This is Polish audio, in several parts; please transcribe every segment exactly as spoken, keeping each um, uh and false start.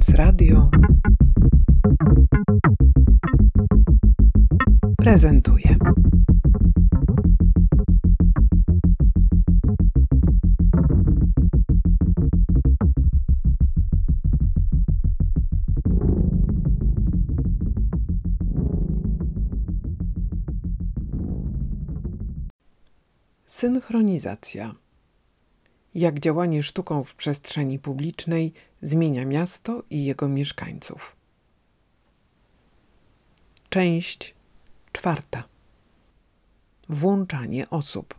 S Radio prezentuje. Synchronizacja. Jak działanie sztuką w przestrzeni publicznej zmienia miasto i jego mieszkańców. Część czwarta. Włączanie osób.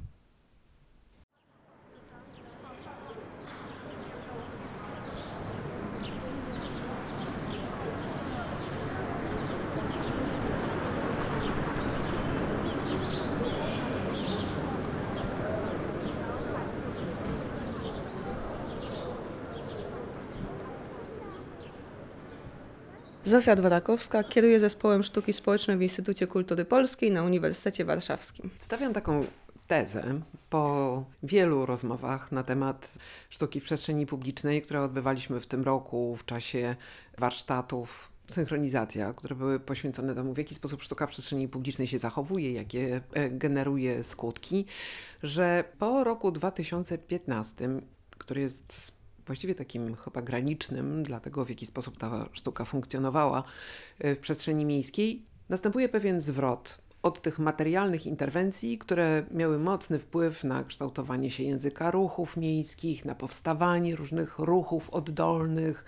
Zofia Dworakowska, kieruje Zespołem Sztuki Społecznej w Instytucie Kultury Polskiej na Uniwersytecie Warszawskim. Stawiam taką tezę po wielu rozmowach na temat sztuki w przestrzeni publicznej, które odbywaliśmy w tym roku w czasie warsztatów Synchronizacja, które były poświęcone temu, w jaki sposób sztuka w przestrzeni publicznej się zachowuje, jakie generuje skutki, że po roku dwa tysiące piętnastym, który jest właściwie takim chyba granicznym dla tego, w jaki sposób ta sztuka funkcjonowała w przestrzeni miejskiej, następuje pewien zwrot od tych materialnych interwencji, które miały mocny wpływ na kształtowanie się języka ruchów miejskich, na powstawanie różnych ruchów oddolnych,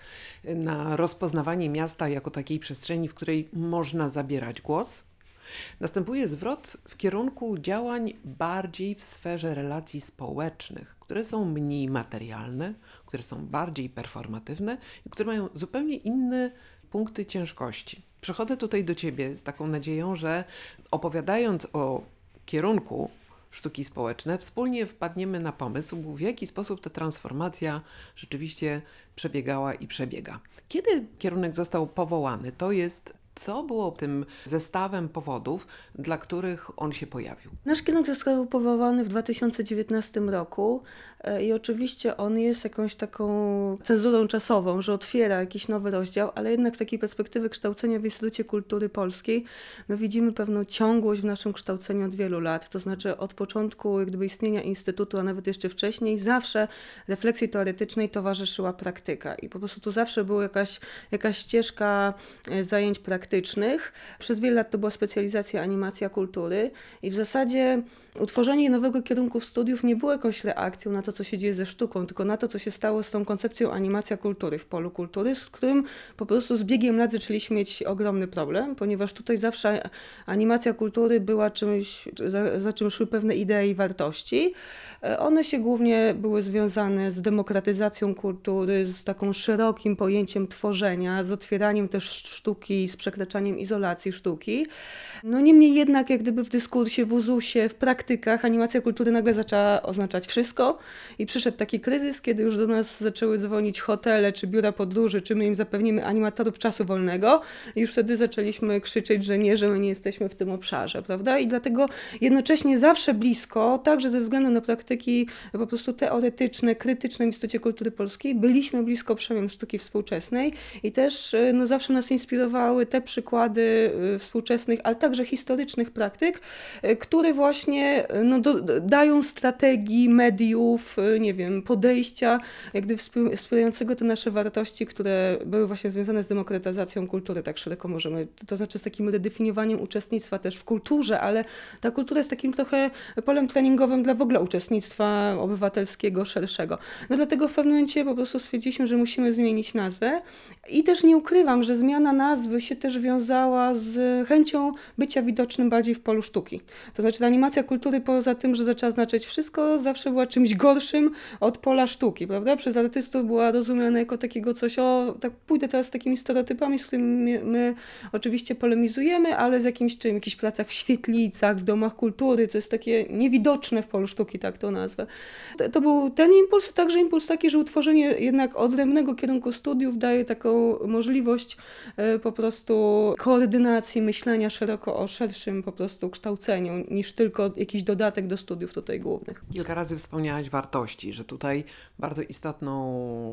na rozpoznawanie miasta jako takiej przestrzeni, w której można zabierać głos. Następuje zwrot w kierunku działań bardziej w sferze relacji społecznych, które są mniej materialne, które są bardziej performatywne i które mają zupełnie inne punkty ciężkości. Przychodzę tutaj do Ciebie z taką nadzieją, że opowiadając o kierunku sztuki społeczne, wspólnie wpadniemy na pomysł, w jaki sposób ta transformacja rzeczywiście przebiegała i przebiega. Kiedy kierunek został powołany, to jest co było tym zestawem powodów, dla których on się pojawił? Nasz kierunek został powołany w dwa tysiące dziewiętnastym roku i oczywiście on jest jakąś taką cezurą czasową, że otwiera jakiś nowy rozdział, ale jednak z takiej perspektywy kształcenia w Instytucie Kultury Polskiej my widzimy pewną ciągłość w naszym kształceniu od wielu lat. To znaczy od początku jak gdyby istnienia Instytutu, a nawet jeszcze wcześniej, zawsze refleksji teoretycznej towarzyszyła praktyka i po prostu tu zawsze była jakaś, jakaś ścieżka zajęć praktycznych. praktycznych. Przez wiele lat to była specjalizacja animacja kultury i w zasadzie utworzenie nowego kierunku studiów nie było jakąś reakcją na to, co się dzieje ze sztuką, tylko na to, co się stało z tą koncepcją animacja kultury w polu kultury, z którym po prostu z biegiem lat zaczęliśmy mieć ogromny problem, ponieważ tutaj zawsze animacja kultury była czymś, za, za czym szły pewne idee i wartości. One się głównie były związane z demokratyzacją kultury, z taką szerokim pojęciem tworzenia, z otwieraniem też sztuki, z przekraczaniem izolacji sztuki. No niemniej jednak jak gdyby w dyskursie, w uzusie, w praktykach animacja kultury nagle zaczęła oznaczać wszystko i przyszedł taki kryzys, kiedy już do nas zaczęły dzwonić hotele czy biura podróży, czy my im zapewnimy animatorów czasu wolnego i już wtedy zaczęliśmy krzyczeć, że nie, że my nie jesteśmy w tym obszarze, prawda? I dlatego jednocześnie zawsze blisko, także ze względu na praktyki po prostu teoretyczne, krytyczne w Instytucie Kultury Polskiej, byliśmy blisko przemian sztuki współczesnej i też no, zawsze nas inspirowały te przykłady współczesnych, ale także historycznych praktyk, które właśnie no, do, dają strategii mediów, nie wiem, podejścia, jak gdyby wspierającego te nasze wartości, które były właśnie związane z demokratyzacją kultury, tak szeroko możemy, to znaczy z takim redefiniowaniem uczestnictwa też w kulturze, ale ta kultura jest takim trochę polem treningowym dla w ogóle uczestnictwa obywatelskiego, szerszego. No dlatego w pewnym momencie po prostu stwierdziliśmy, że musimy zmienić nazwę i też nie ukrywam, że zmiana nazwy się też wiązała z chęcią bycia widocznym bardziej w polu sztuki. To znaczy ta animacja kultury poza tym, że zaczęła znaczyć wszystko, zawsze była czymś gorszym od pola sztuki, prawda? Przez artystów była rozumiana jako takiego coś, o, tak pójdę teraz z takimi stereotypami, z którymi my, my oczywiście polemizujemy, ale z jakimś czym, w jakichś pracach w świetlicach, w domach kultury, to jest takie niewidoczne w polu sztuki, tak to nazwę. To, to był ten impuls, a także impuls taki, że utworzenie jednak odrębnego kierunku studiów daje taką możliwość e, po prostu koordynacji myślenia szeroko o szerszym po prostu kształceniu, niż tylko jakiś dodatek do studiów tutaj głównych. Kilka razy wspomniałaś wartości, że tutaj bardzo istotną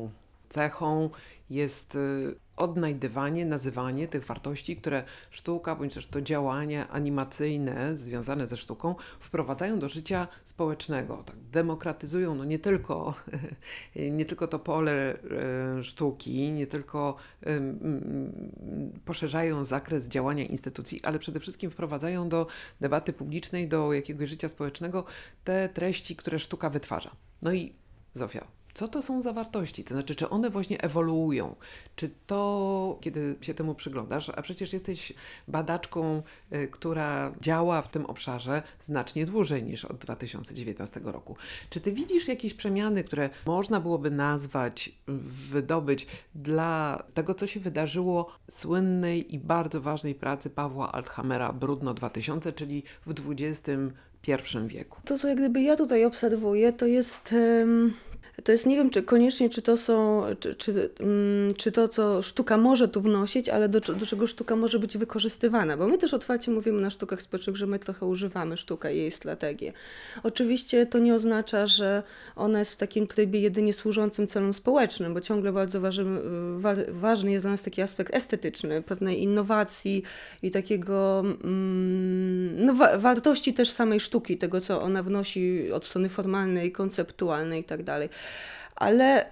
cechą jest y, odnajdywanie, nazywanie tych wartości, które sztuka bądź też to działania animacyjne związane ze sztuką wprowadzają do życia społecznego, tak, demokratyzują no nie tylko, nie tylko to pole y, sztuki, nie tylko y, y, poszerzają zakres działania instytucji, ale przede wszystkim wprowadzają do debaty publicznej, do jakiegoś życia społecznego te treści, które sztuka wytwarza. No i Zofia, co to są za wartości? To znaczy, czy one właśnie ewoluują? Czy to, kiedy się temu przyglądasz, a przecież jesteś badaczką, y, która działa w tym obszarze znacznie dłużej niż od dwa tysiące dziewiętnastego roku. Czy ty widzisz jakieś przemiany, które można byłoby nazwać, wydobyć dla tego, co się wydarzyło słynnej i bardzo ważnej pracy Pawła Althammera Brudno dwa tysiące, czyli w dwudziestym pierwszym wieku? To, co jak gdyby ja tutaj obserwuję, to jest... em, To jest, nie wiem, czy koniecznie, czy to są, czy, czy, mm, czy to, co sztuka może tu wnosić, ale do, do czego sztuka może być wykorzystywana, bo my też otwarcie mówimy na sztukach społecznych, że my trochę używamy sztuka i jej strategię. Oczywiście to nie oznacza, że ona jest w takim trybie jedynie służącym celom społecznym, bo ciągle bardzo waży, wa, ważny jest dla nas taki aspekt estetyczny, pewnej innowacji i takiego mm, no, wa, wartości też samej sztuki, tego, co ona wnosi od strony formalnej, konceptualnej i tak dalej. Ale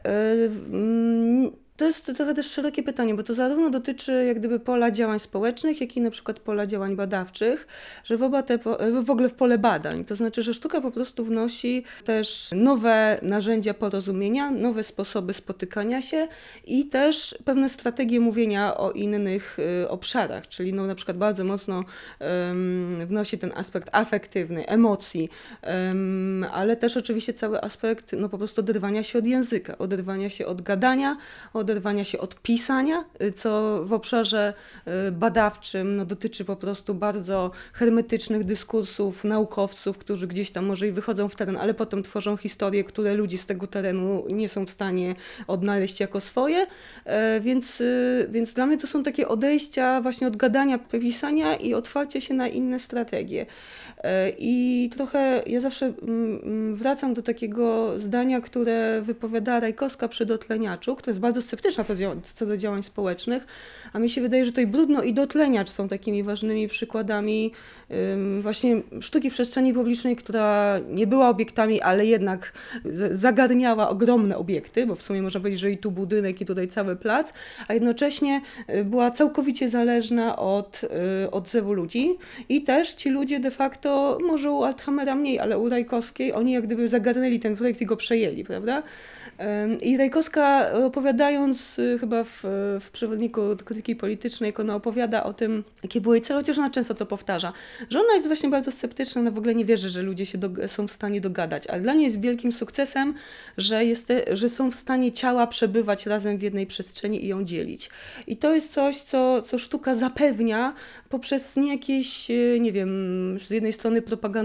yy, to jest trochę też szerokie pytanie, bo to zarówno dotyczy jak gdyby pola działań społecznych, jak i na przykład pola działań badawczych, że w oba te, po- w ogóle w pole badań. To znaczy, że sztuka po prostu wnosi też nowe narzędzia porozumienia, nowe sposoby spotykania się i też pewne strategie mówienia o innych y, obszarach, czyli no, na przykład bardzo mocno ym, wnosi ten aspekt afektywny, emocji, ym, ale też oczywiście cały aspekt no, po prostu oderwania się od języka, oderwania się od gadania, oderwania się od pisania, y, co w obszarze y, badawczym no, dotyczy po prostu bardzo hermetycznych dyskursów naukowców, którzy gdzieś tam może i wychodzą w teren, ale potem tworzą historie, które ludzie z tego terenu nie są w stanie odnaleźć jako swoje, e, więc, y, więc dla mnie to są takie odejścia właśnie od gadania, pisania i otwarcie się na inne strategie. E, I trochę ja zawsze mm, mm, wracam do takiego zdania, które wypowiada Rajkowska przy Dotleniaczu, która jest bardzo sceptyczna co, dzia- co do działań społecznych, a mi się wydaje, że tutaj Brudno i Dotleniacz są takimi ważnymi przykładami ym, właśnie sztuki w przestrzeni publicznej, która nie była obiektami, ale jednak z- zagarniała ogromne obiekty, bo w sumie można powiedzieć, że i tu budynek, i tutaj cały plac, a jednocześnie y, była całkowicie zależna od y, odzewu ludzi i też ci ludzie de facto, może u Althammera mniej, ale u Rajkowskiej, oni jak gdyby zagarnęli ten projekt i go przejęli, prawda? Ym, I Rajkowska opowiadając y, chyba w, w przewodniku krytyki politycznej, jak ona opowiada o tym, jakie były jej cele, chociaż ona często to powtarza, że ona jest właśnie bardzo sceptyczna, ona w ogóle nie wierzy, że ludzie się do, są w stanie dogadać, ale dla niej jest wielkim sukcesem, że, jest, że są w stanie ciała przebywać razem w jednej przestrzeni i ją dzielić. I to jest coś, co, co sztuka zapewnia poprzez nie jakieś, y, nie wiem, z jednej strony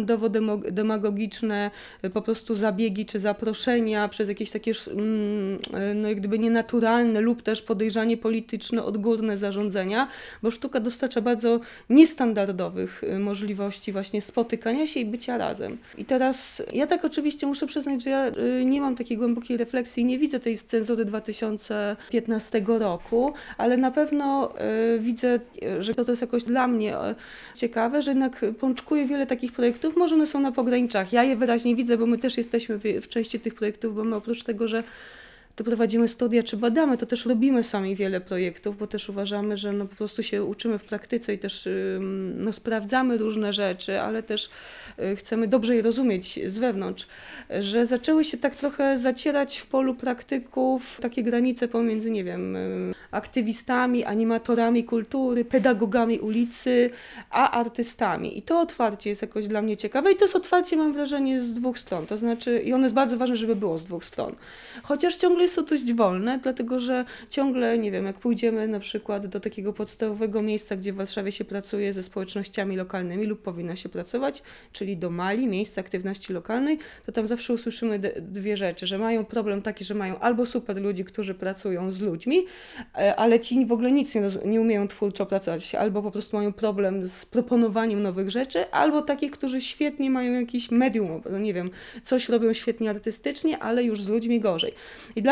propagandowo-demagogiczne y, po prostu zabiegi czy zaproszenia, przez jakieś takie sz- mm, y, no jak gdyby nienaturalne lub też podejrzanie polityczne, odgórne zarządzenia, bo sztuka dostarcza bardzo niestandardowych y, możliwości właśnie spotykania się i bycia razem. I teraz ja tak oczywiście muszę przyznać, że ja y, nie mam takiej głębokiej refleksji, nie widzę tej cenzury dwa tysiące piętnastego roku, ale na pewno y, widzę, y, że to, to jest jakoś dla mnie y, ciekawe, że jednak pączkuje wiele takich projektów, może one są na pograniczach. Ja je wyraźnie widzę, bo my też jesteśmy w, w części tych projektów, bo my oprócz tego, że to prowadzimy studia czy badamy, to też robimy sami wiele projektów, bo też uważamy, że no po prostu się uczymy w praktyce i też ym, no, sprawdzamy różne rzeczy, ale też y, chcemy dobrze je rozumieć z wewnątrz, że zaczęły się tak trochę zacierać w polu praktyków takie granice pomiędzy, nie wiem, y, aktywistami, animatorami kultury, pedagogami ulicy, a artystami. I to otwarcie jest jakoś dla mnie ciekawe i to jest otwarcie, mam wrażenie, z dwóch stron, to znaczy i ono jest bardzo ważne, żeby było z dwóch stron. Chociaż ciągle jest to dość wolne, dlatego że ciągle, nie wiem, jak pójdziemy na przykład do takiego podstawowego miejsca, gdzie w Warszawie się pracuje ze społecznościami lokalnymi lub powinno się pracować, czyli do Mali, miejsca aktywności lokalnej, to tam zawsze usłyszymy d- dwie rzeczy, że mają problem taki, że mają albo super ludzi, którzy pracują z ludźmi, e, ale ci w ogóle nic nie, roz- nie umieją twórczo pracować, albo po prostu mają problem z proponowaniem nowych rzeczy, albo takich, którzy świetnie mają jakiś medium, no nie wiem, coś robią świetnie artystycznie, ale już z ludźmi gorzej. I dla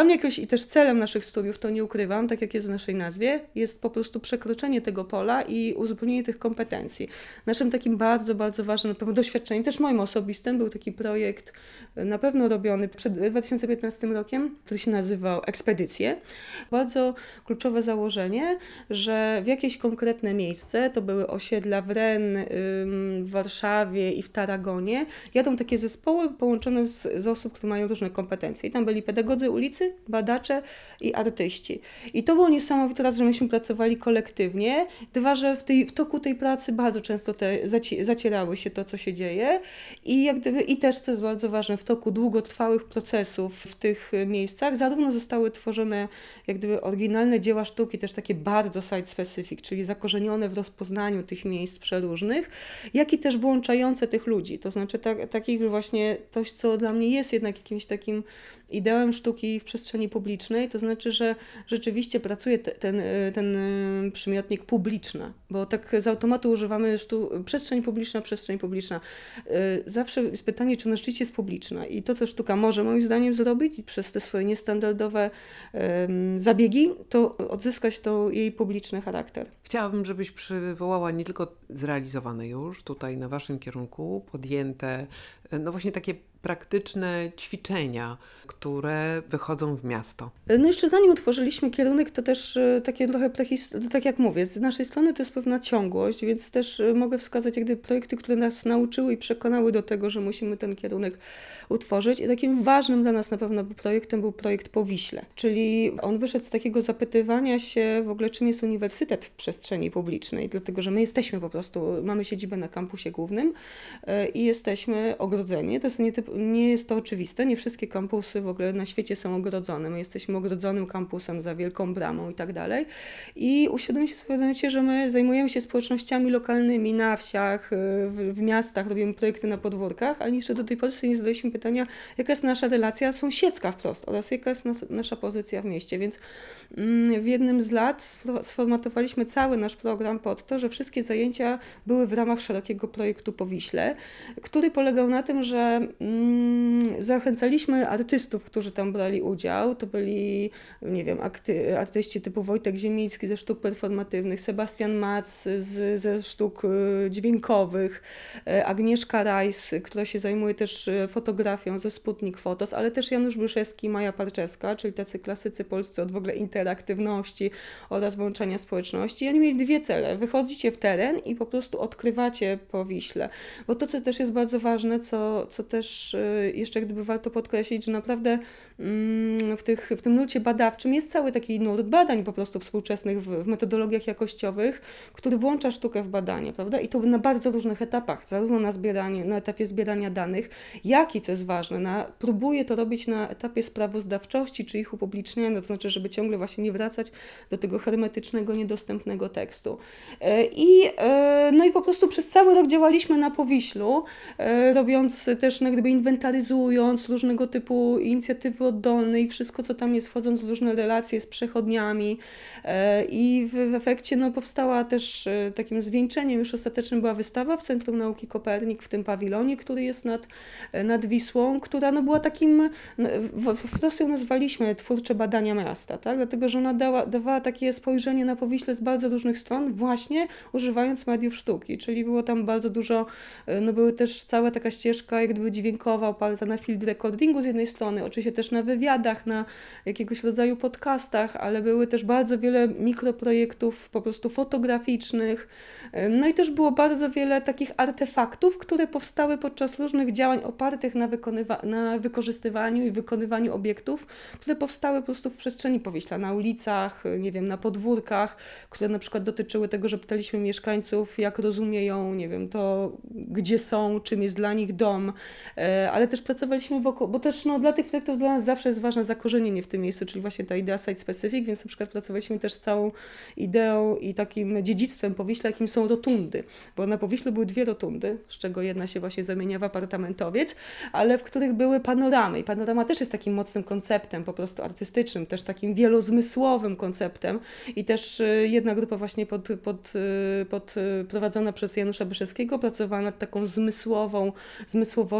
dla mnie jakoś i też celem naszych studiów, to nie ukrywam, tak jak jest w naszej nazwie, jest po prostu przekroczenie tego pola i uzupełnienie tych kompetencji. Naszym takim bardzo, bardzo ważnym na pewno doświadczeniem, też moim osobistym, był taki projekt na pewno robiony przed dwa tysiące piętnastym rokiem, który się nazywał Ekspedycje. Bardzo kluczowe założenie, że w jakieś konkretne miejsce, to były osiedla w Rennes, w Warszawie i w Tarragonie, jadą takie zespoły połączone z, z osób, które mają różne kompetencje. I tam byli pedagodzy ulicy, badacze i artyści. I to było niesamowite, raz, że myśmy pracowali kolektywnie, dwa, że w, tej, w toku tej pracy bardzo często te zaci- zacierały się to, co się dzieje i jak gdyby, i też, co jest bardzo ważne, w toku długotrwałych procesów w tych miejscach zarówno zostały tworzone jak gdyby oryginalne dzieła sztuki, też takie bardzo site-specific, czyli zakorzenione w rozpoznaniu tych miejsc przeróżnych, jak i też włączające tych ludzi. To znaczy tak, takich właśnie coś, co dla mnie jest jednak jakimś takim ideałem sztuki w przestrzeni publicznej, to znaczy, że rzeczywiście pracuje te, ten, ten przymiotnik publiczna, bo tak z automatu używamy sztu- przestrzeń publiczna, przestrzeń publiczna. Zawsze jest pytanie, czy ona rzeczywiście jest publiczna i to, co sztuka może moim zdaniem zrobić przez te swoje niestandardowe um, zabiegi, to odzyskać to jej publiczny charakter. Chciałabym, żebyś przywołała nie tylko zrealizowane już tutaj na waszym kierunku, podjęte, no właśnie takie praktyczne ćwiczenia, które wychodzą w miasto. No jeszcze zanim utworzyliśmy kierunek, to też takie trochę, tak jak mówię, z naszej strony to jest pewna ciągłość, więc też mogę wskazać jak gdyby projekty, które nas nauczyły i przekonały do tego, że musimy ten kierunek utworzyć. I takim ważnym dla nas na pewno projektem był projekt Powiśle, czyli on wyszedł z takiego zapytywania się w ogóle, czym jest uniwersytet w przestrzeni publicznej, dlatego, że my jesteśmy po prostu, mamy siedzibę na kampusie głównym i jesteśmy ogrodzeni. To jest nie, typ, nie jest to oczywiste, nie wszystkie kampusy w ogóle na świecie są ogrodzone. My jesteśmy ogrodzonym kampusem za wielką bramą i tak dalej. I uświadomiliśmy sobie, że my zajmujemy się społecznościami lokalnymi na wsiach, w, w miastach, robimy projekty na podwórkach, ale jeszcze do tej pory sobie nie zadaliśmy pytania, jaka jest nasza relacja sąsiedzka wprost oraz jaka jest nas, nasza pozycja w mieście. Więc mm, w jednym z lat sformatowaliśmy cały nasz program pod to, że wszystkie zajęcia były w ramach szerokiego projektu Powiśle, który polegał na tym, że mm, zachęcaliśmy artystów, którzy tam brali udział. To byli, nie wiem, akty, artyści typu Wojtek Ziemiński ze sztuk performatywnych, Sebastian Mac z, ze sztuk dźwiękowych, Agnieszka Rajs, która się zajmuje też fotografią ze Sputnik Fotos, ale też Janusz Bryszewski i Maja Parczeska, czyli tacy klasycy polscy od w ogóle interaktywności oraz włączania społeczności. I oni mieli dwie cele. Wychodzicie w teren i po prostu odkrywacie Powiśle. Bo to, co też jest bardzo ważne, co, co też jeszcze gdyby warto podkreślić, że naprawdę w, tych, w tym nurcie badawczym jest cały taki nurt badań po prostu współczesnych w, w metodologiach jakościowych, który włącza sztukę w badanie, prawda? I to na bardzo różnych etapach, zarówno na zbieranie, na etapie zbierania danych, jak i, co jest ważne, na, próbuje to robić na etapie sprawozdawczości, czy ich upubliczniania, to znaczy, żeby ciągle właśnie nie wracać do tego hermetycznego, niedostępnego tekstu. I, no i po prostu przez cały rok działaliśmy na Powiślu, robiąc też, no, gdyby inwentaryzując różnego typu inicjatywy oddolne i wszystko, co tam jest, wchodząc w różne relacje z przechodniami. I w, w efekcie no, powstała też takim zwieńczeniem już ostatecznym była wystawa w Centrum Nauki Kopernik, w tym pawilonie, który jest nad, nad Wisłą, która no, była takim, no, w prostu ją nazwaliśmy twórcze badania miasta, tak? Dlatego, że ona dała, dawała takie spojrzenie na Powiśle z bardzo różnych stron, właśnie używając mediów sztuki, czyli było tam bardzo dużo, no były też cała taka ścieżka jak gdyby dźwiękowa, oparta na field recordingu z jednej strony, oczywiście też na wywiadach, na jakiegoś rodzaju podcastach, ale były też bardzo wiele mikroprojektów po prostu fotograficznych, no i też było bardzo wiele takich artefaktów, które powstały podczas różnych działań opartych na, wykonywa- na wykorzystywaniu i wykonywaniu obiektów, które powstały po prostu w przestrzeni Powiśla, na ulicach, nie wiem, na podwórkach, które na przykład dotyczyły tego, że pytaliśmy mieszkańców, jak rozumieją, nie wiem, to gdzie są, czym jest dla nich dom, ale też pracowaliśmy wokół, bo też no, dla tych projektów dla nas zawsze jest ważne zakorzenienie w tym miejscu, czyli właśnie ta idea site-specific, więc na przykład pracowaliśmy też z całą ideą i takim dziedzictwem Powiśla, jakim są rotundy, bo na Powiślu były dwie rotundy, z czego jedna się właśnie zamienia w apartamentowiec, ale w których były panoramy i panorama też jest takim mocnym konceptem, po prostu artystycznym, też takim wielozmysłowym konceptem i też jedna grupa właśnie pod, pod, pod prowadzona przez Janusza Byszewskiego pracowała nad taką zmysłową, zmysłowością Powiśla,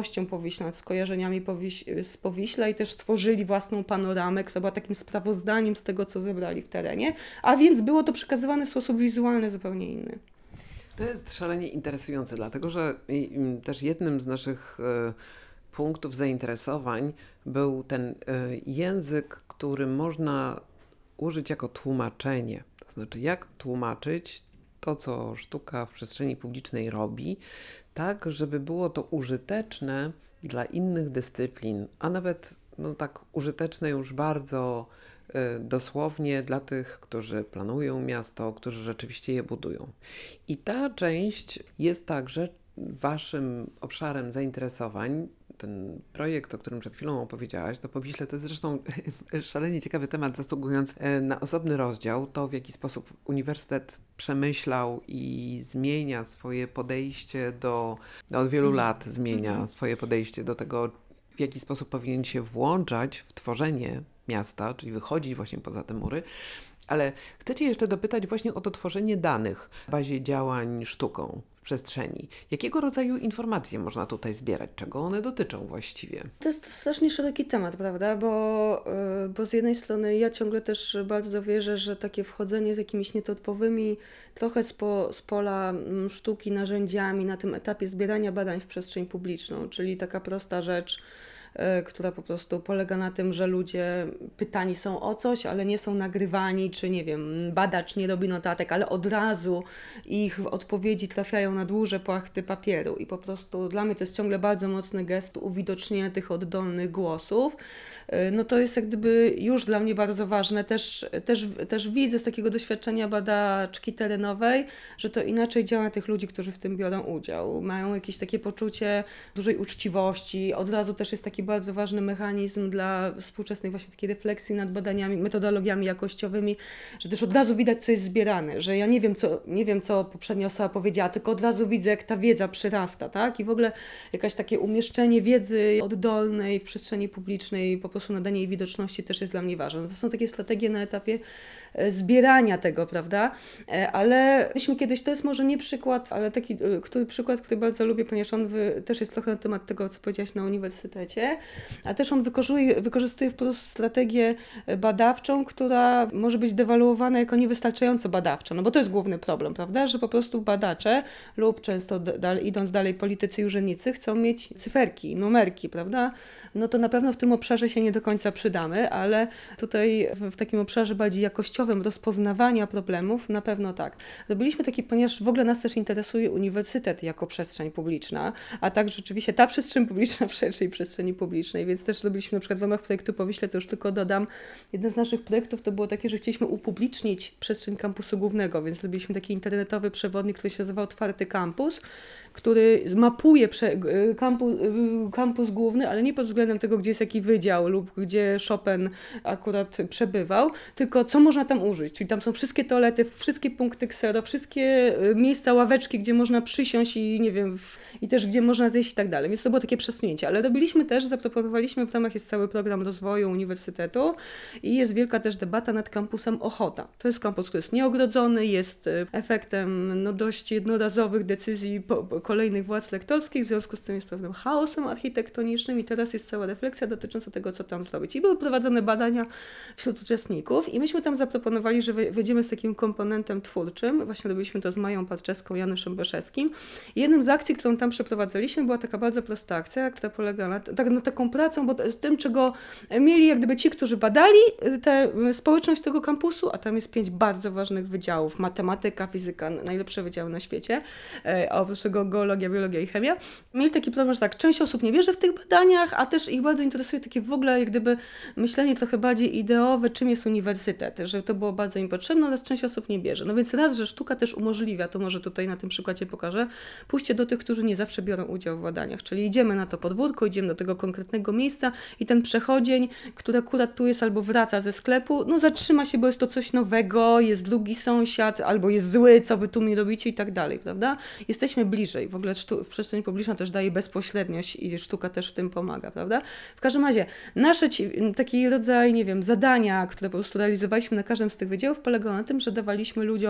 Powiśla, z skojarzeniami Powiś- z Powiśla i też stworzyli własną panoramę, która była takim sprawozdaniem z tego, co zebrali w terenie, a więc było to przekazywane w sposób wizualny zupełnie inny. To jest szalenie interesujące, dlatego że i- im też jednym z naszych e, punktów zainteresowań był ten e, język, który można użyć jako tłumaczenie. To znaczy, jak tłumaczyć to, co sztuka w przestrzeni publicznej robi, tak, żeby było to użyteczne dla innych dyscyplin, a nawet no tak użyteczne już bardzo y, dosłownie dla tych, którzy planują miasto, którzy rzeczywiście je budują. I ta część jest także waszym obszarem zainteresowań. Ten projekt, o którym przed chwilą opowiedziałaś, to Powiśle to jest zresztą szalenie ciekawy temat, zasługując e, na osobny rozdział. To, w jaki sposób uniwersytet przemyślał i zmienia swoje podejście do, no od wielu lat zmienia swoje podejście do tego, w jaki sposób powinien się włączać w tworzenie miasta, czyli wychodzić właśnie poza te mury. Ale chcę Cię jeszcze dopytać właśnie o to tworzenie danych w bazie działań sztuką w przestrzeni. Jakiego rodzaju informacje można tutaj zbierać? Czego one dotyczą właściwie? To jest strasznie szeroki temat, prawda? Bo, y, bo z jednej strony ja ciągle też bardzo wierzę, że takie wchodzenie z jakimiś nietypowymi, trochę z, po, z pola mm, sztuki, narzędziami na tym etapie zbierania badań w przestrzeń publiczną, czyli taka prosta rzecz, y, która po prostu polega na tym, że ludzie pytani są o coś, ale nie są nagrywani, czy nie wiem, badacz nie robi notatek, ale od razu ich odpowiedzi trafiają na duże płachty papieru i po prostu dla mnie to jest ciągle bardzo mocny gest uwidocznienia tych oddolnych głosów. Y, No to jest jak gdyby już dla mnie bardzo ważne. Też, też, też widzę z takiego doświadczenia badaczki terenowej, że to inaczej działa na tych ludzi, którzy w tym biorą udział. Mają jakieś takie poczucie dużej uczciwości. Od razu też jest taki bardzo ważny mechanizm dla współczesnej właśnie takiej refleksji nad badaniami, metodologiami jakościowymi, że też od razu widać, co jest zbierane, że ja nie wiem, co, nie wiem, co poprzednia osoba powiedziała, tylko od razu widzę, jak ta wiedza przyrasta, tak? I w ogóle jakaś takie umieszczenie wiedzy oddolnej w przestrzeni publicznej, po prostu nadanie jej widoczności też jest dla mnie ważne. No to są takie strategie na etapie e, zbierania tego, prawda? E, Ale myśmy kiedyś, to jest może nie przykład, ale taki e, który, przykład, który bardzo lubię, ponieważ on wy, też jest trochę na temat tego, co powiedziałaś na uniwersytecie, a też on wykorzystuje, wykorzystuje po prostu strategię badawczą, która może być dewaluowana jako niewystarczająco badawcza, no bo to jest główny problem, prawda, że po prostu badacze lub często d- idąc dalej politycy i urzędnicy chcą mieć cyferki, numerki, prawda, no to na pewno w tym obszarze się nie do końca przydamy, ale tutaj w, w takim obszarze bardziej jakościowym rozpoznawania problemów na pewno tak. Zrobiliśmy taki, ponieważ w ogóle nas też interesuje uniwersytet jako przestrzeń publiczna, a tak rzeczywiście ta przestrzeń publiczna w szerszej przestrzeni publicznej, więc też zrobiliśmy na przykład w ramach projektu Powiśle, to już tylko dodam, jeden z naszych projektów to było takie, że chcieliśmy upublicznić przestrzeń kampusu głównego, więc zrobiliśmy taki internetowy przewodnik, który się nazywa Otwarty Kampus, który mapuje prze, kampus, kampus główny, ale nie pod względem tego, gdzie jest jaki wydział lub gdzie Chopin akurat przebywał, tylko co można tam użyć, czyli tam są wszystkie toalety, wszystkie punkty ksero, wszystkie miejsca, ławeczki, gdzie można przysiąść i nie wiem, w, i też gdzie można zjeść i tak dalej, więc to było takie przesunięcie, ale robiliśmy też, zaproponowaliśmy, w ramach jest cały program rozwoju uniwersytetu i jest wielka też debata nad kampusem Ochota. To jest kampus, który jest nieogrodzony, jest efektem no, dość jednorazowych decyzji po, po kolejnych władz lektorskich, w związku z tym jest pewnym chaosem architektonicznym i teraz jest cała refleksja dotycząca tego, co tam zrobić. I były prowadzone badania wśród uczestników i myśmy tam zaproponowali, że wejdziemy z takim komponentem twórczym. Właśnie robiliśmy to z Mają Parczewską, Januszem Beszewskim. I jednym z akcji, którą tam przeprowadzaliśmy, była taka bardzo prosta akcja, która polega na, tak, na taką pracą, bo z tym, czego mieli jak gdyby ci, którzy badali tę społeczność tego kampusu, a tam jest pięć bardzo ważnych wydziałów, matematyka, fizyka, najlepsze wydziały na świecie, a oprócz tego geologia, biologia i chemia. Mieli taki problem, że tak, część osób nie bierze w tych badaniach, a też ich bardzo interesuje takie w ogóle jak gdyby myślenie trochę bardziej ideowe, czym jest uniwersytet, że to było bardzo im potrzebne, ale część osób nie bierze. No więc raz, że sztuka też umożliwia, to może tutaj na tym przykładzie pokażę, pójście do tych, którzy nie zawsze biorą udział w badaniach, czyli idziemy na to podwórko, idziemy do tego konkretnego miejsca i ten przechodzień, który akurat tu jest albo wraca ze sklepu, no zatrzyma się, bo jest to coś nowego, jest drugi sąsiad, albo jest zły, co wy tu mi robicie i tak dalej, prawda? Jesteśmy bliżej. W ogóle sztu- w przestrzeń publiczna też daje bezpośredniość i sztuka też w tym pomaga, prawda? W każdym razie, nasze ci, taki rodzaj, nie wiem, zadania, które po prostu realizowaliśmy na każdym z tych wydziałów, polegało na tym, że dawaliśmy ludziom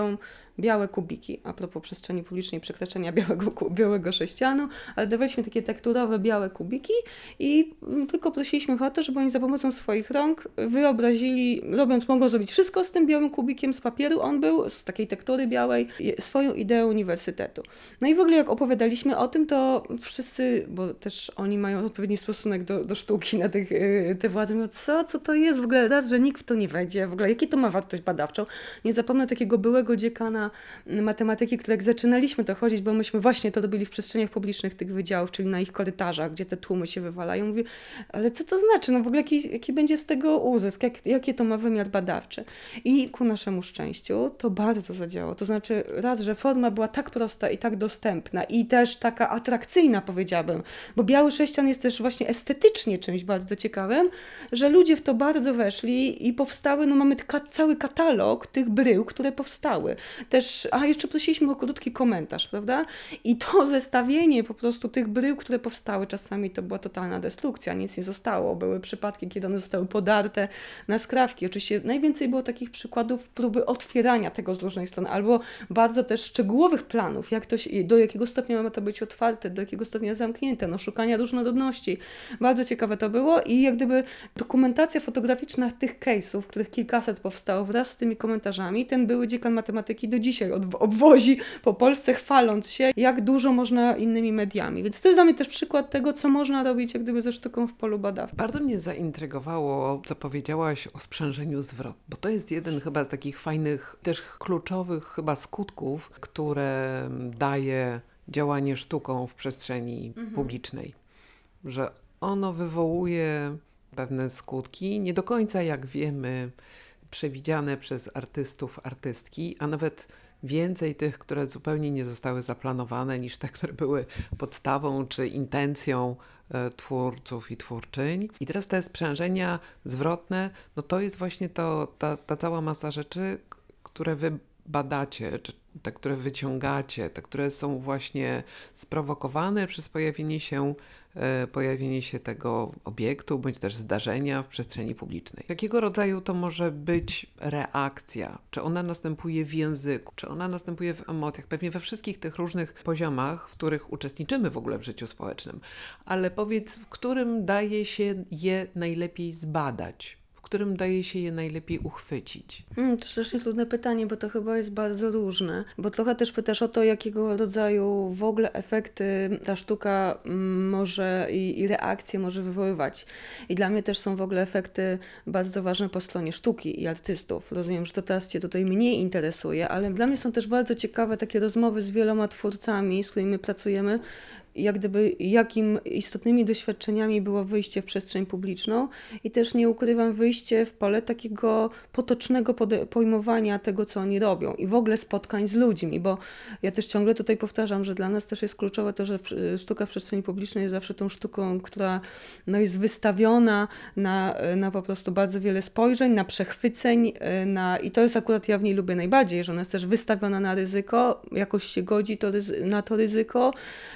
białe kubiki, a propos przestrzeni publicznej, przekraczania białego, białego sześcianu, ale dawaliśmy takie tekturowe białe kubiki i tylko prosiliśmy ich o to, żeby oni za pomocą swoich rąk wyobrazili, robiąc, mogą zrobić wszystko z tym białym kubikiem z papieru, on był z takiej tektury białej, swoją ideę uniwersytetu. No i w ogóle jak opowiadaliśmy o tym, to wszyscy, bo też oni mają odpowiedni stosunek do, do sztuki na tych, te władze, mówią, co, co to jest w ogóle, raz, że nikt w to nie wejdzie, w ogóle, jakie to ma wartość badawczą. Nie zapomnę takiego byłego dziekana matematyki, który jak zaczynaliśmy to chodzić, bo myśmy właśnie to robili w przestrzeniach publicznych tych wydziałów, czyli na ich korytarzach, gdzie te tłumy się wywalają. Mówię, ale co to znaczy? No w ogóle jaki, jaki będzie z tego uzysk? Jak, jakie to ma wymiar badawczy? I ku naszemu szczęściu to bardzo zadziałało. To znaczy raz, że forma była tak prosta i tak dostępna i też taka atrakcyjna, powiedziałabym, bo biały sześcian jest też właśnie estetycznie czymś bardzo ciekawym, że ludzie w to bardzo weszli i powstały, no mamy ka- cały katalog tych brył, które powstały. Też, a jeszcze prosiliśmy o krótki komentarz, prawda? I to zestawienie po prostu tych brył, które powstały, czasami to była totalna destrukcja, nic nie zostało. Były przypadki, kiedy one zostały podarte na skrawki. Oczywiście najwięcej było takich przykładów próby otwierania tego z różnych stron, albo bardzo też szczegółowych planów, jak to się, do jakiego stopnia ma to być otwarte, do jakiego stopnia zamknięte, no szukania różnorodności. Bardzo ciekawe to było i jak gdyby dokumentacja fotograficzna tych case'ów, których kilkaset powstało wraz z tymi komentarzami, ten były dziekan matematyki do dzisiaj od, obwozi po Polsce, chwaląc się, jak dużo można innymi mediami. Więc to jest dla mnie też przykład tego, co można robić jak gdyby ze sztuką w polu badawczym. Bardzo mnie zaintrygowało, co powiedziałaś o sprzężeniu zwrot, bo to jest jeden chyba z takich fajnych, też kluczowych chyba skutków, które daje działanie sztuką w przestrzeni mhm. publicznej. Że ono wywołuje pewne skutki, nie do końca, jak wiemy, przewidziane przez artystów, artystki, a nawet więcej tych, które zupełnie nie zostały zaplanowane, niż te, które były podstawą czy intencją e, twórców i twórczyń. I teraz te sprzężenia zwrotne, no to jest właśnie to, ta, ta cała masa rzeczy, które wy badacie, czy te, które wyciągacie, te, które są właśnie sprowokowane przez pojawienie się pojawienie się tego obiektu, bądź też zdarzenia w przestrzeni publicznej. Jakiego rodzaju to może być reakcja? Czy ona następuje w języku? Czy ona następuje w emocjach? Pewnie we wszystkich tych różnych poziomach, w których uczestniczymy w ogóle w życiu społecznym. Ale powiedz, w którym daje się je najlepiej zbadać? W którym daje się je najlepiej uchwycić? Hmm, to strasznie trudne pytanie, bo to chyba jest bardzo różne. Bo trochę też pytasz o to, jakiego rodzaju w ogóle efekty ta sztuka może i, i reakcje może wywoływać. I dla mnie też są w ogóle efekty bardzo ważne po stronie sztuki i artystów. Rozumiem, że to teraz Cię tutaj mniej interesuje, ale dla mnie są też bardzo ciekawe takie rozmowy z wieloma twórcami, z którymi my pracujemy, jak gdyby, jakim istotnymi doświadczeniami było wyjście w przestrzeń publiczną i też nie ukrywam wyjście w pole takiego potocznego pojmowania tego, co oni robią i w ogóle spotkań z ludźmi, bo ja też ciągle tutaj powtarzam, że dla nas też jest kluczowe to, że sztuka w przestrzeni publicznej jest zawsze tą sztuką, która no, jest wystawiona na, na po prostu bardzo wiele spojrzeń, na przechwyceń na, i to jest akurat, ja w niej lubię najbardziej, że ona jest też wystawiona na ryzyko, jakoś się godzi to, na to ryzyko,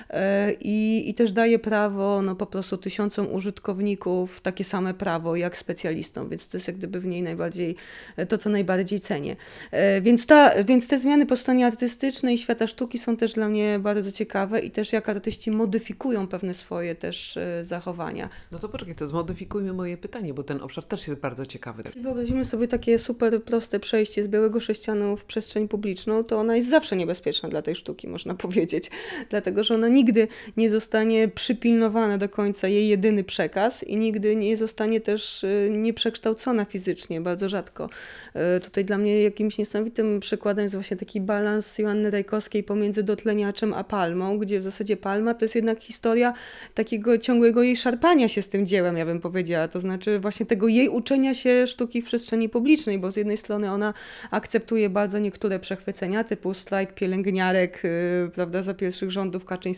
I, i też daje prawo no, po prostu tysiącom użytkowników takie same prawo jak specjalistom, więc to jest jak gdyby w niej najbardziej, to co najbardziej cenię. Więc, ta, więc te zmiany po stronie artystycznej świata sztuki są też dla mnie bardzo ciekawe i też jak artyści modyfikują pewne swoje też zachowania. No to poczekaj, to zmodyfikujmy moje pytanie, bo ten obszar też jest bardzo ciekawy. Wyobrazimy sobie takie super proste przejście z białego sześcianu w przestrzeń publiczną, to ona jest zawsze niebezpieczna dla tej sztuki, można powiedzieć, dlatego że ona nigdy nie zostanie przypilnowana do końca jej jedyny przekaz i nigdy nie zostanie też nieprzekształcona fizycznie, bardzo rzadko. Tutaj dla mnie jakimś niesamowitym przykładem jest właśnie taki balans Joanny Rajkowskiej pomiędzy dotleniaczem a palmą, gdzie w zasadzie palma to jest jednak historia takiego ciągłego jej szarpania się z tym dziełem, ja bym powiedziała, to znaczy właśnie tego jej uczenia się sztuki w przestrzeni publicznej, bo z jednej strony ona akceptuje bardzo niektóre przechwycenia, typu strajk pielęgniarek, yy, prawda, za pierwszych rządów Kaczyńskiego, gdzie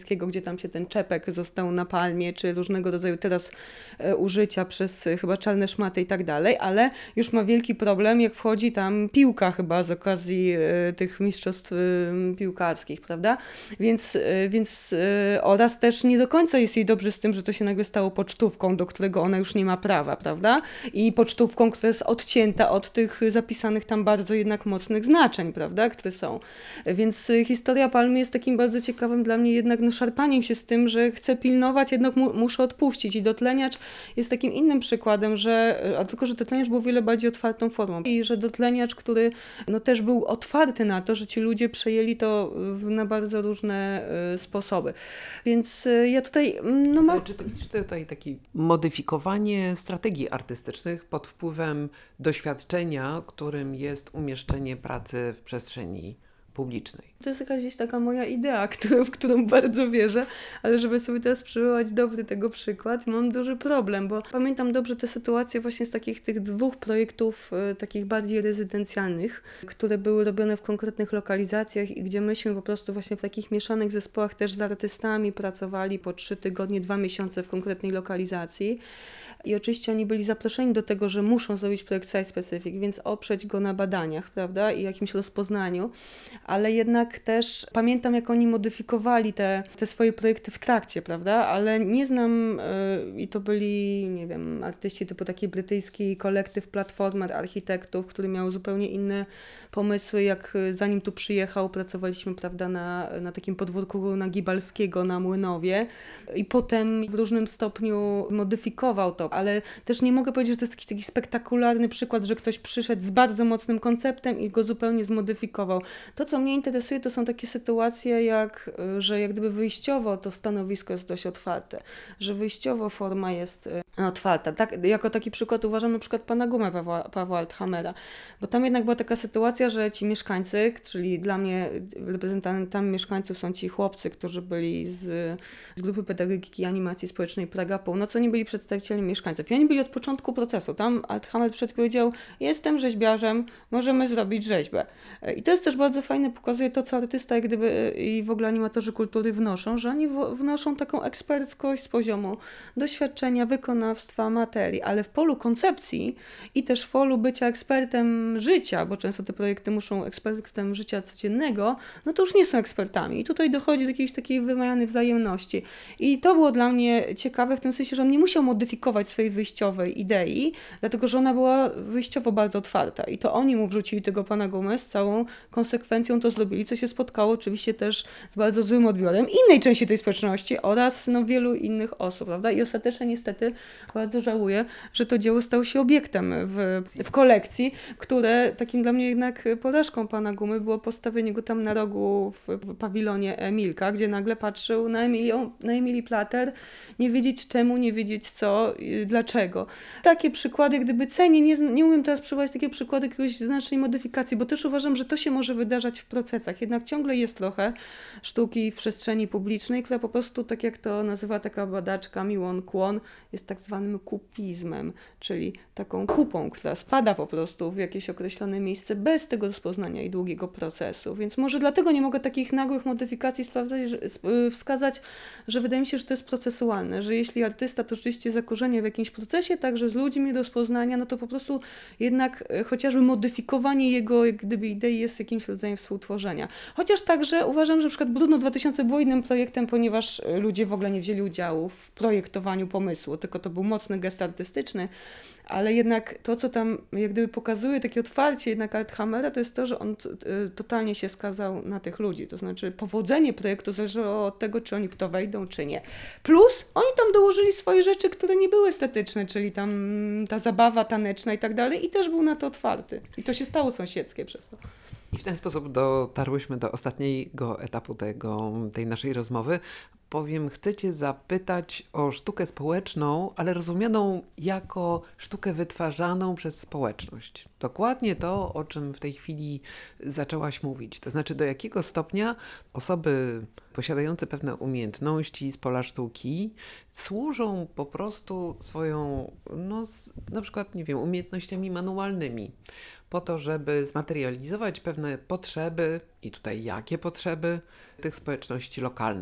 tam się ten czepek został na palmie, czy różnego rodzaju teraz e, użycia przez e, chyba czarne szmaty i tak dalej, ale już ma wielki problem, jak wchodzi tam piłka chyba z okazji e, tych mistrzostw e, piłkarskich, prawda? Więc, e, więc e, oraz też nie do końca jest jej dobrze z tym, że to się nagle stało pocztówką, do którego ona już nie ma prawa, prawda? I pocztówką, która jest odcięta od tych zapisanych tam bardzo jednak mocnych znaczeń, prawda? Które są. Więc e, historia Palmy jest takim bardzo ciekawym dla mnie jednak no, szarpaniem się z tym, że chcę pilnować, jednak mu, muszę odpuścić. I dotleniacz jest takim innym przykładem, że, a tylko, że dotleniacz był wiele bardziej otwartą formą. I że dotleniacz, który no, też był otwarty na to, że ci ludzie przejęli to w, na bardzo różne y, sposoby. Więc y, ja tutaj no, mam... Czy ty widzisz tutaj takie modyfikowanie strategii artystycznych pod wpływem doświadczenia, którym jest umieszczenie pracy w przestrzeni publicznej? To jest jakaś gdzieś taka moja idea, którą, w którą bardzo wierzę, ale żeby sobie teraz przywołać dobry tego przykład, mam duży problem, bo pamiętam dobrze te sytuacje właśnie z takich tych dwóch projektów y, takich bardziej rezydencjalnych, które były robione w konkretnych lokalizacjach i gdzie myśmy po prostu właśnie w takich mieszanych zespołach też z artystami pracowali po trzy tygodnie, dwa miesiące w konkretnej lokalizacji. I oczywiście oni byli zaproszeni do tego, że muszą zrobić projekt site specific, więc oprzeć go na badaniach, prawda, i jakimś rozpoznaniu, ale jednak też pamiętam, jak oni modyfikowali te, te swoje projekty w trakcie, prawda, ale nie znam, yy, i to byli, nie wiem, artyści typu taki brytyjski kolektyw Platformer architektów, który miał zupełnie inne pomysły, jak y, zanim tu przyjechał, pracowaliśmy, prawda, na, na takim podwórku na Gibalskiego, na Młynowie i potem w różnym stopniu modyfikował to, ale też nie mogę powiedzieć, że to jest jakiś taki spektakularny przykład, że ktoś przyszedł z bardzo mocnym konceptem i go zupełnie zmodyfikował. To, co mnie interesuje, to są takie sytuacje, jak, że jak gdyby wyjściowo to stanowisko jest dość otwarte, że wyjściowo forma jest otwarta. Tak, jako taki przykład uważam na przykład pana Gumę Pawła, Pawła Althamera, bo tam jednak była taka sytuacja, że ci mieszkańcy, czyli dla mnie reprezentantami mieszkańców są ci chłopcy, którzy byli z, z grupy pedagogiki i animacji społecznej Praga Północ, oni byli przedstawicielami mieszkańców i oni byli od początku procesu. Tam Althammer przed powiedział, jestem rzeźbiarzem, możemy zrobić rzeźbę. I to jest też bardzo fajne, pokazuje to, co artysta jak gdyby i w ogóle animatorzy kultury wnoszą, że oni w, wnoszą taką eksperckość z poziomu doświadczenia, wykonawstwa, materii, ale w polu koncepcji i też w polu bycia ekspertem życia, bo często te projekty muszą ekspertem życia codziennego, no to już nie są ekspertami. I tutaj dochodzi do jakiejś takiej wymiany wzajemności. I to było dla mnie ciekawe w tym sensie, że on nie musiał modyfikować swojej wyjściowej idei, dlatego że ona była wyjściowo bardzo otwarta. I to oni mu wrzucili tego pana Gumę z całą konsekwencją to zrobili, co się spotkało oczywiście też z bardzo złym odbiorem innej części tej społeczności oraz no, wielu innych osób, prawda? I ostatecznie niestety bardzo żałuję, że to dzieło stało się obiektem w, w kolekcji, które takim dla mnie jednak porażką pana Gumy było postawienie go tam na rogu w, w pawilonie Emilka, gdzie nagle patrzył na Emilią, na Emilii Plater, nie wiedzieć czemu, nie wiedzieć co, dlaczego. Takie przykłady, gdyby cenię, nie, nie umiem teraz przywołać takie przykłady jakiegoś znacznej modyfikacji, bo też uważam, że to się może wydarzać w procesach. Jednak ciągle jest trochę sztuki w przestrzeni publicznej, która po prostu, tak jak to nazywa taka badaczka Miłon Kwon, jest tak zwanym kupizmem, czyli taką kupą, która spada po prostu w jakieś określone miejsce bez tego rozpoznania i długiego procesu. Więc może dlatego nie mogę takich nagłych modyfikacji sprawdzać, że, wskazać, że wydaje mi się, że to jest procesualne, że jeśli artysta to rzeczywiście zakorzenia w jakimś procesie, także z ludźmi rozpoznania, no to po prostu jednak chociażby modyfikowanie jego jak gdyby idei jest jakimś rodzajem współtworzenia. Chociaż także uważam, że na przykład Brudno dwa tysiące było innym projektem, ponieważ ludzie w ogóle nie wzięli udziału w projektowaniu pomysłu, tylko to był mocny gest artystyczny, ale jednak to, co tam jak gdyby pokazuje takie otwarcie jednak Althammera, to jest to, że on y, totalnie się skazał na tych ludzi. To znaczy powodzenie projektu zależało od tego, czy oni w to wejdą, czy nie. Plus oni tam dołożyli swoje rzeczy, które nie były estetyczne, czyli tam ta zabawa taneczna i tak dalej i też był na to otwarty. I to się stało sąsiedzkie przez to. I w ten sposób dotarłyśmy do ostatniego etapu tego, tej naszej rozmowy. Powiem, chcę Cię zapytać o sztukę społeczną, ale rozumianą jako sztukę wytwarzaną przez społeczność. Dokładnie to, o czym w tej chwili zaczęłaś mówić. To znaczy, do jakiego stopnia osoby posiadające pewne umiejętności z pola sztuki służą po prostu swoją, no na przykład, nie wiem, umiejętnościami manualnymi po to, żeby zmaterializować pewne potrzeby i tutaj jakie potrzeby tych społeczności lokalnych.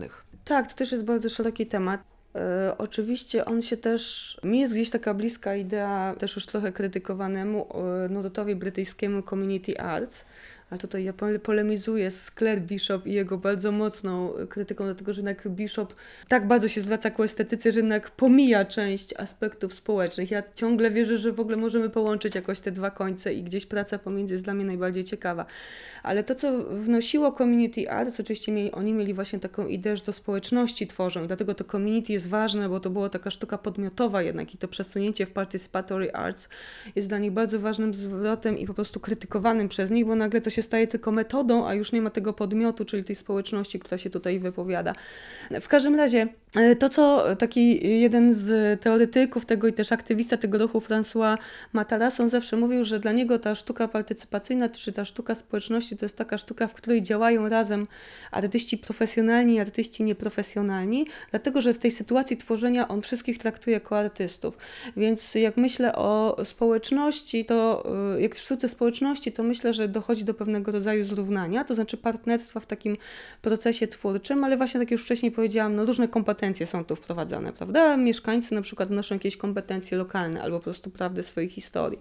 Tak, to też jest bardzo szeroki temat. E, oczywiście on się też, mi jest gdzieś taka bliska idea, też już trochę krytykowanemu e, nurtowi brytyjskiemu Community Arts, a tutaj ja pole- polemizuję z Claire Bishop i jego bardzo mocną krytyką, dlatego że jednak Bishop tak bardzo się zwraca ku estetyce, że jednak pomija część aspektów społecznych. Ja ciągle wierzę, że w ogóle możemy połączyć jakoś te dwa końce i gdzieś praca pomiędzy jest dla mnie najbardziej ciekawa. Ale to, co wnosiło Community Arts, oczywiście mieli, oni mieli właśnie taką ideę, że to społeczności tworzą i dlatego to community jest ważne, bo to była taka sztuka podmiotowa jednak i to przesunięcie w participatory arts jest dla nich bardzo ważnym zwrotem i po prostu krytykowanym przez nich, bo nagle to się staje tylko metodą, a już nie ma tego podmiotu, czyli tej społeczności, która się tutaj wypowiada. W każdym razie to, co taki jeden z teoretyków tego i też aktywista tego ruchu, François Matalas, on zawsze mówił, że dla niego ta sztuka partycypacyjna, czy ta sztuka społeczności to jest taka sztuka, w której działają razem artyści profesjonalni i artyści nieprofesjonalni, dlatego, że w tej sytuacji tworzenia on wszystkich traktuje jako artystów. Więc jak myślę o społeczności, to jak w sztuce społeczności, to myślę, że dochodzi do pewnego rodzaju zrównania, to znaczy partnerstwa w takim procesie twórczym, ale właśnie tak jak już wcześniej powiedziałam, no różne kompetencje są tu wprowadzane, prawda? Mieszkańcy na przykład wnoszą jakieś kompetencje lokalne albo po prostu prawdę swojej historii.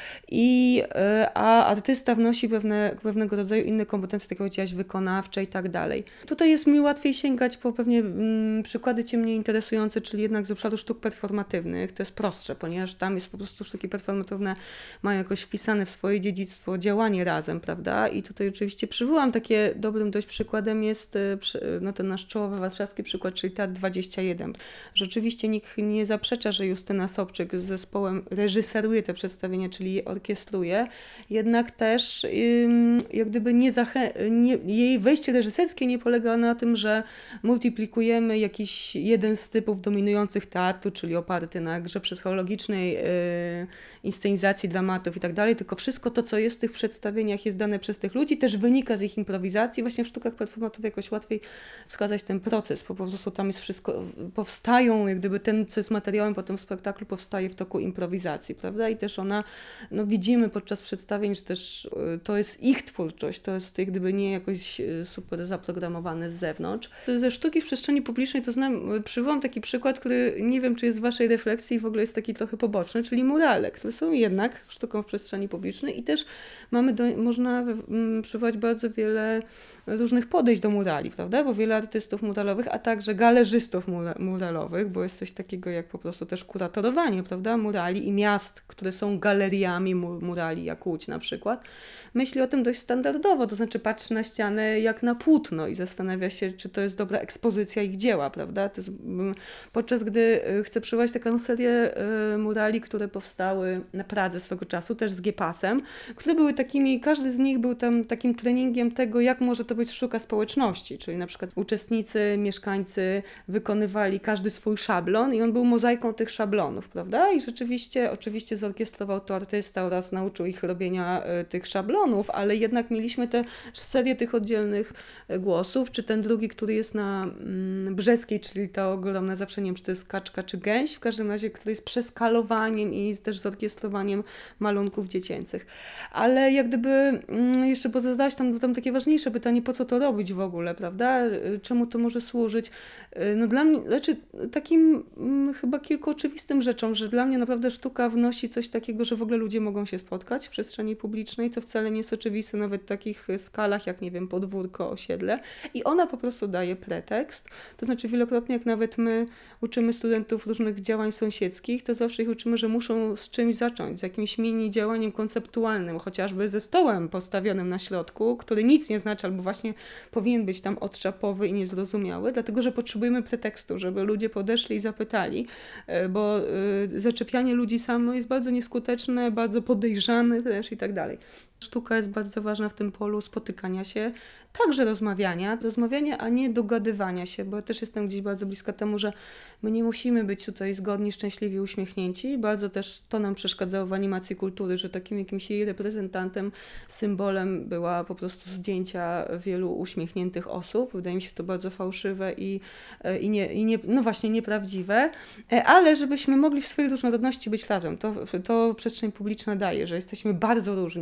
I, a artysta wnosi pewne, pewnego rodzaju inne kompetencje, tak jak powiedziałaś, wykonawcze i tak dalej. Tutaj jest mi łatwiej sięgać po pewnie mm, przykłady cię mniej interesujące, czyli jednak z obszaru sztuk performatywnych. To jest prostsze, ponieważ tam jest po prostu sztuki performatywne mają jakoś wpisane w swoje dziedzictwo działanie razem, prawda? I tutaj oczywiście przywołam takie dobrym dość przykładem jest no, ten nasz czołowy warszawski przykład, czyli Teatr dwadzieścia jeden. Rzeczywiście nikt nie zaprzecza, że Justyna Sobczyk z zespołem reżyseruje te przedstawienia, czyli je orkiestruje, jednak też ym, jak gdyby nie, zachę- nie jej wejście reżyserskie nie polega na tym, że multiplikujemy jakiś jeden z typów dominujących teatru, czyli oparty na grze psychologicznej, yy, inscenizacji dramatów i tak dalej, tylko wszystko to, co jest w tych przedstawieniach, jest dane przez tych ludzi, też wynika z ich improwizacji. Właśnie w sztukach performatywnych jakoś łatwiej wskazać ten proces, bo po prostu tam jest wszystko, powstają, jak gdyby ten, co jest materiałem potem w spektaklu, powstaje w toku improwizacji, prawda? I też ona, no widzimy podczas przedstawień, że też to jest ich twórczość, to jest jak gdyby nie jakoś super zaprogramowane z zewnątrz. Ze sztuki w przestrzeni publicznej to znam, przywołam taki przykład, który nie wiem, czy jest w waszej refleksji i w ogóle jest taki trochę poboczny, czyli murale, które są jednak sztuką w przestrzeni publicznej i też mamy do, można mm, przywołać bardzo wiele różnych podejść do murali, prawda? Bo wiele artystów muralowych, a także galerzystów mura, muralowych, bo jest coś takiego jak po prostu też kuratorowanie, prawda? Murali i miast, które są galeriami mur, murali, jak Łódź na przykład, myśli o tym dość standardowo, to znaczy patrzy na ścianę jak na płótno i zastanawia się, czy to jest dobra ekspozycja ich dzieła, prawda? To jest, podczas gdy chcę przywołać taką serię y, murali, które powstały na Pradze swego czasu, też z G-Passem, które były takimi, każdy z nich był tam takim treningiem tego, jak może to być sztuka społeczności, czyli na przykład uczestnicy, mieszkańcy wykonywali każdy swój szablon i on był mozaiką tych szablonów, prawda? I rzeczywiście, oczywiście zorkiestrował to artysta oraz nauczył ich robienia y, tych szablonów, ale jednak mieliśmy tę serię tych oddzielnych głosów, czy ten drugi, który jest na mm, Brzeskiej, czyli ta ogromna, zawsze nie wiem, czy to jest kaczka, czy gęś, w każdym razie, który jest przeskalowaniem i też zorkiestrowaniem malunków dziecięcych. Ale jak gdyby mm, jeszcze, bo zadałaś tam, tam takie ważniejsze pytanie, po co to robić w ogóle, prawda? Czemu to może służyć? No dla mnie, znaczy takim mm, chyba kilku oczywistym rzeczom, że dla mnie naprawdę sztuka wnosi coś takiego, że w ogóle ludzie mogą się spotkać w przestrzeni publicznej, co wcale nie jest oczywiste nawet w takich skalach, jak nie wiem, podwórko, osiedle. I ona po prostu daje pretekst. To znaczy wielokrotnie, jak nawet my uczymy studentów różnych działań sąsiedzkich, to zawsze ich uczymy, że muszą z czymś zacząć, z jakimś mini działaniem konceptualnym, chociażby ze stołem postawionym na środku, który nic nie znaczy, albo właśnie powinien być tam odszapowy i niezrozumiały, dlatego, że potrzebujemy pretekstu, żeby ludzie podeszli i zapytali, bo zaczepianie ludzi samo jest bardzo nieskuteczne, bardzo podejrzane też i tak dalej. Sztuka jest bardzo ważna w tym polu spotykania się, także rozmawiania, rozmawiania, a nie dogadywania się, bo ja też jestem gdzieś bardzo bliska temu, że my nie musimy być tutaj zgodni, szczęśliwi, uśmiechnięci. Bardzo też to nam przeszkadzało w animacji kultury, że takim jakimś jej reprezentantem, symbolem była po prostu zdjęcia wielu uśmiechniętych osób. Wydaje mi się to bardzo fałszywe i, i, nie, i nie, no właśnie nieprawdziwe, ale żebyśmy mogli w swojej różnorodności być razem. To, to przestrzeń publiczna daje, że jesteśmy bardzo różni. Tam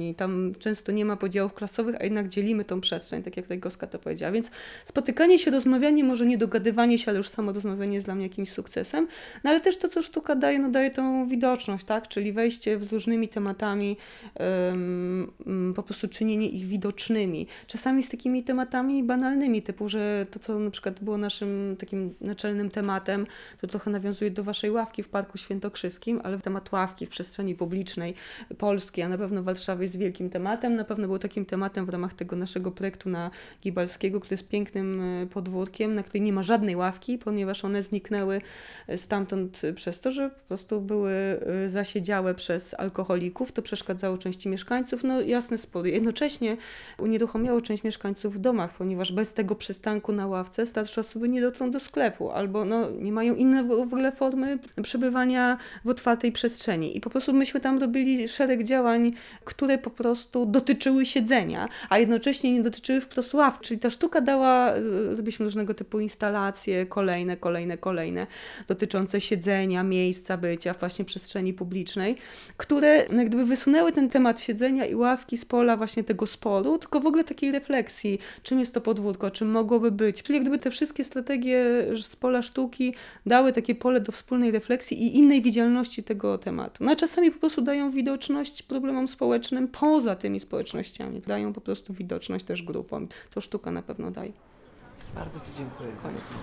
którym często nie ma podziałów klasowych, a jednak dzielimy tą przestrzeń, tak jak tutaj Goska to powiedziała. Więc spotykanie się, rozmawianie, może nie dogadywanie się, ale już samo rozmawianie jest dla mnie jakimś sukcesem. No ale też to, co sztuka daje, no daje tą widoczność, tak? Czyli wejście z różnymi tematami, um, po prostu czynienie ich widocznymi. Czasami z takimi tematami banalnymi, typu, że to, co na przykład było naszym takim naczelnym tematem, to trochę nawiązuje do waszej ławki w Parku Świętokrzyskim, ale temat ławki w przestrzeni publicznej polskiej, a na pewno Warszawy jest wielkim tematem. Na pewno był takim tematem w ramach tego naszego projektu na Gibalskiego, który jest pięknym podwórkiem, na której nie ma żadnej ławki, ponieważ one zniknęły stamtąd przez to, że po prostu były zasiedziałe przez alkoholików. To przeszkadzało części mieszkańców. No jasne spory. Jednocześnie unieruchomiało część mieszkańców w domach, ponieważ bez tego przystanku na ławce starsze osoby nie dotrą do sklepu albo no, nie mają inne w ogóle formy przebywania w otwartej przestrzeni. I po prostu myśmy tam robili szereg działań, które po prostu dotyczyły siedzenia, a jednocześnie nie dotyczyły wprost ław. Czyli ta sztuka dała, robiliśmy różnego typu instalacje, kolejne, kolejne, kolejne, dotyczące siedzenia, miejsca bycia, właśnie przestrzeni publicznej, które no, jak gdyby wysunęły ten temat siedzenia i ławki z pola właśnie tego sporu, tylko w ogóle takiej refleksji, czym jest to podwórko, czym mogłoby być. Czyli jak gdyby te wszystkie strategie z pola sztuki dały takie pole do wspólnej refleksji i innej widzialności tego tematu. No a czasami po prostu dają widoczność problemom społecznym poza tymi społecznościami. Dają po prostu widoczność też grupom. To sztuka na pewno daje. Bardzo Ci dziękuję za rozmowę.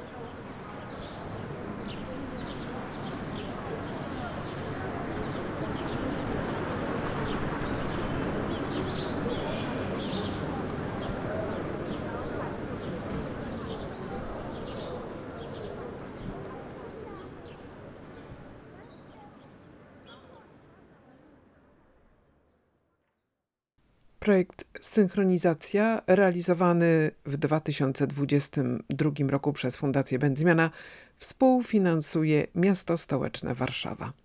Projekt Synchronizacja, realizowany w dwa tysiące dwudziestym drugim roku przez Fundację Będzmiana, współfinansuje Miasto Stołeczne Warszawa.